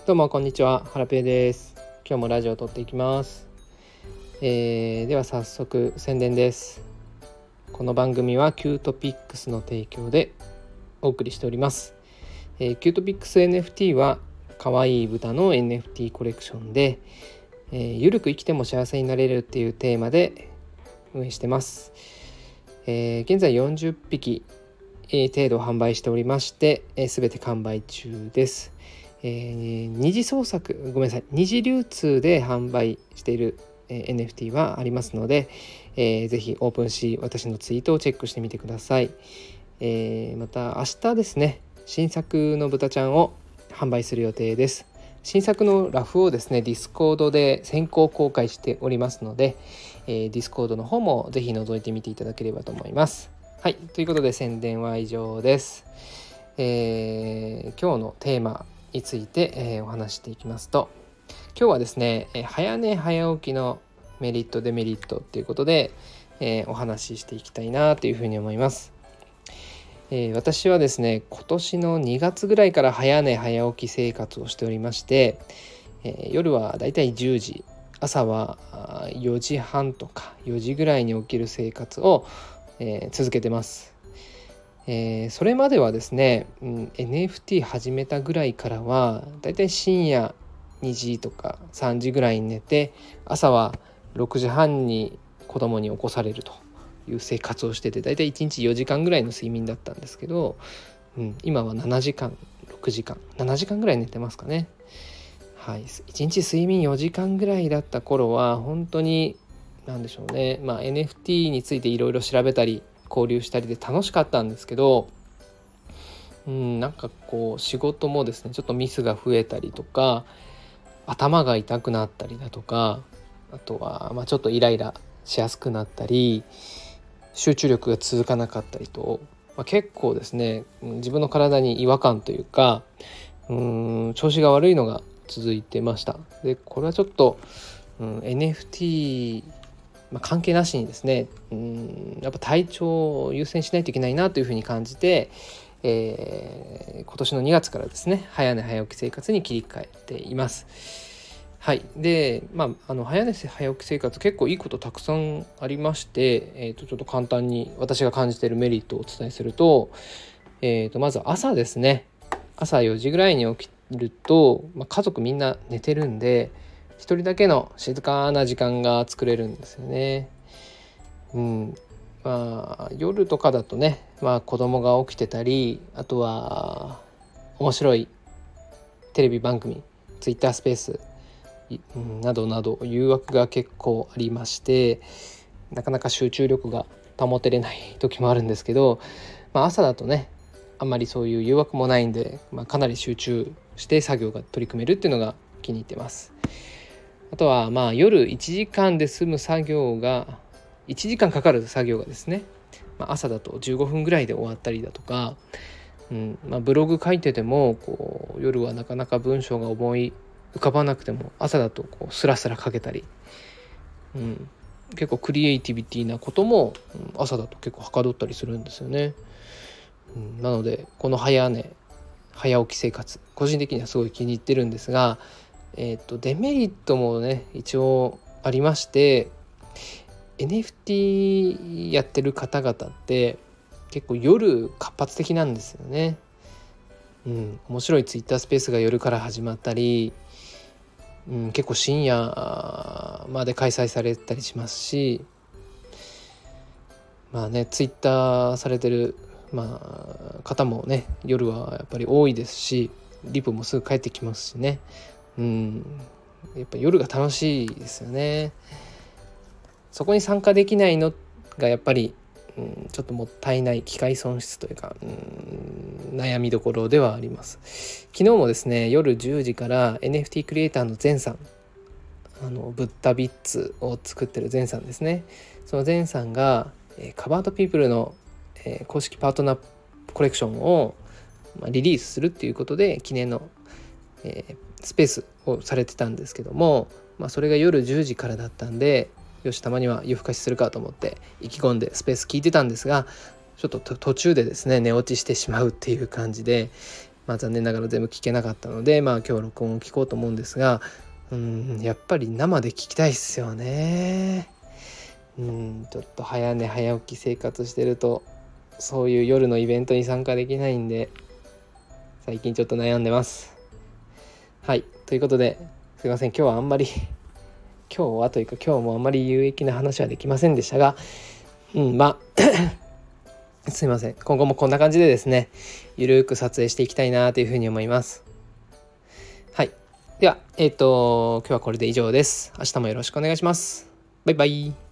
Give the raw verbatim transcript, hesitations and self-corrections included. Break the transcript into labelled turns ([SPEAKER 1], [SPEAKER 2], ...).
[SPEAKER 1] どうもこんにちは、ハラペーです。今日もラジオを撮っていきます。えー、では早速宣伝です。この番組はキュートピックスの提供でお送りしております。えー、キュートピックス エヌエフティー は可愛い豚の エヌエフティー コレクションで、えー、ゆるく生きても幸せになれるっていうテーマで運営してます。えー、現在よんじゅっぴき程度販売しておりまして、すべて完売中です。えー、二次創作ごめんなさい二次流通で販売している エヌエフティー はありますので、えー、ぜひオープンし私のツイートをチェックしてみてください。えー、また明日ですね、新作の豚ちゃんを販売する予定です。新作のラフをですねディスコードで先行公開しておりますので、えー、ディスコードの方もぜひ覗いてみていただければと思います。はい、ということで宣伝は以上です。えー、今日のテーマについて、えー、お話していきますと、今日はですね、えー、早寝早起きのメリットデメリットっていうことで、えー、お話ししていきたいなというふうに思います。えー、私はですね今年のにがつぐらいから早寝早起き生活をしておりまして、えー、夜はだいたいじゅうじ、朝はよじはんとかよじぐらいに起きる生活を、えー、続けてます。えー、それまではですね、うん、エヌエフティー 始めたぐらいからはだいたい深夜にじとかさんじぐらいに寝て、朝はろくじはんに子供に起こされるという生活をしてて、だいたいいちにちよじかんぐらいの睡眠だったんですけど、うん、今はななじかんろくじかんななじかんぐらい寝てますかね。はい、いちにち睡眠よじかんぐらいだった頃は本当に何でしょうね、まあ、エヌエフティー についていろいろ調べたり交流したりで楽しかったんですけど、うん、なんかこう仕事もですねちょっとミスが増えたりとか、頭が痛くなったりだとか、あとはまあちょっとイライラしやすくなったり、集中力が続かなかったりと、まあ、結構ですね自分の体に違和感というか、うーん調子が悪いのが続いてました。でこれはちょっと、うん、エヌエフティーまあ、関係なしにですね、うんやっぱ体調を優先しないといけないなというふうに感じて、えー、今年のにがつからですね早寝早起き生活に切り替えています。はい、で、まあ、あの早寝早起き生活結構いいことたくさんありまして、えー、とちょっと簡単に私が感じているメリットをお伝えすると、えー、とまず朝ですね。朝よじぐらいに起きると、まあ、家族みんな寝てるんで一人だけの静かな時間が作れるんですよね。うん、まあ夜とかだとね、まあ、子供が起きてたり、あとは面白いテレビ番組、ツイッタースペース、うん、などなど誘惑が結構ありまして、なかなか集中力が保てれない時もあるんですけど、まあ、朝だとねあんまりそういう誘惑もないんで、まあ、かなり集中して作業が取り組めるっていうのが気に入ってます。あとはまあ夜いちじかんで済む作業がいちじかんかかる作業がですね、まあ、朝だとじゅうごふんぐらいで終わったりだとか、うんまあ、ブログ書いててもこう夜はなかなか文章が思い浮かばなくても朝だとこうスラスラ書けたり、うん、結構クリエイティビティなことも朝だと結構はかどったりするんですよね。うん、なのでこの早寝早起き生活個人的にはすごい気に入ってるんですが、えー、とデメリットもね一応ありまして、 エヌエフティー やってる方々って結構夜活発的なんですよね。うん、面白いツイッタースペースが夜から始まったり、うん、結構深夜まで開催されたりしますし、まあねツイッターされてる、まあ、方もね夜はやっぱり多いですし、リプもすぐ返ってきますしね、うん、やっぱ夜が楽しいですよね。そこに参加できないのがやっぱり、うん、ちょっともったいない、機会損失というか、うん、悩みどころではあります。昨日もですね夜じゅうじから エヌエフティー クリエイターのゼンさん、あのブッダビッツを作ってるゼンさんですね、そのゼンさんがカバードピープルの公式パートナーコレクションをリリースするっていうことで記念のスペースをされてたんですけども、まあ、それが夜じゅうじからだったんで、よしたまには夜更かしするかと思って意気込んでスペース聞いてたんですが、ちょっと途中でですね寝落ちしてしまうっていう感じで、 まあ、残念ながら全部聞けなかったので、まあ、今日は録音を聞こうと思うんですが、うんやっぱり生で聞きたいっすよね。うんちょっと早寝早起き生活してるとそういう夜のイベントに参加できないんで、最近ちょっと悩んでます。はい、ということですいません、今日はあんまり今日はというか今日もあんまり有益な話はできませんでしたが、うんまあすいません、今後もこんな感じでですね、ゆるーく撮影していきたいなというふうに思います。はい、ではえっと今日はこれで以上です。明日もよろしくお願いします。バイバイ。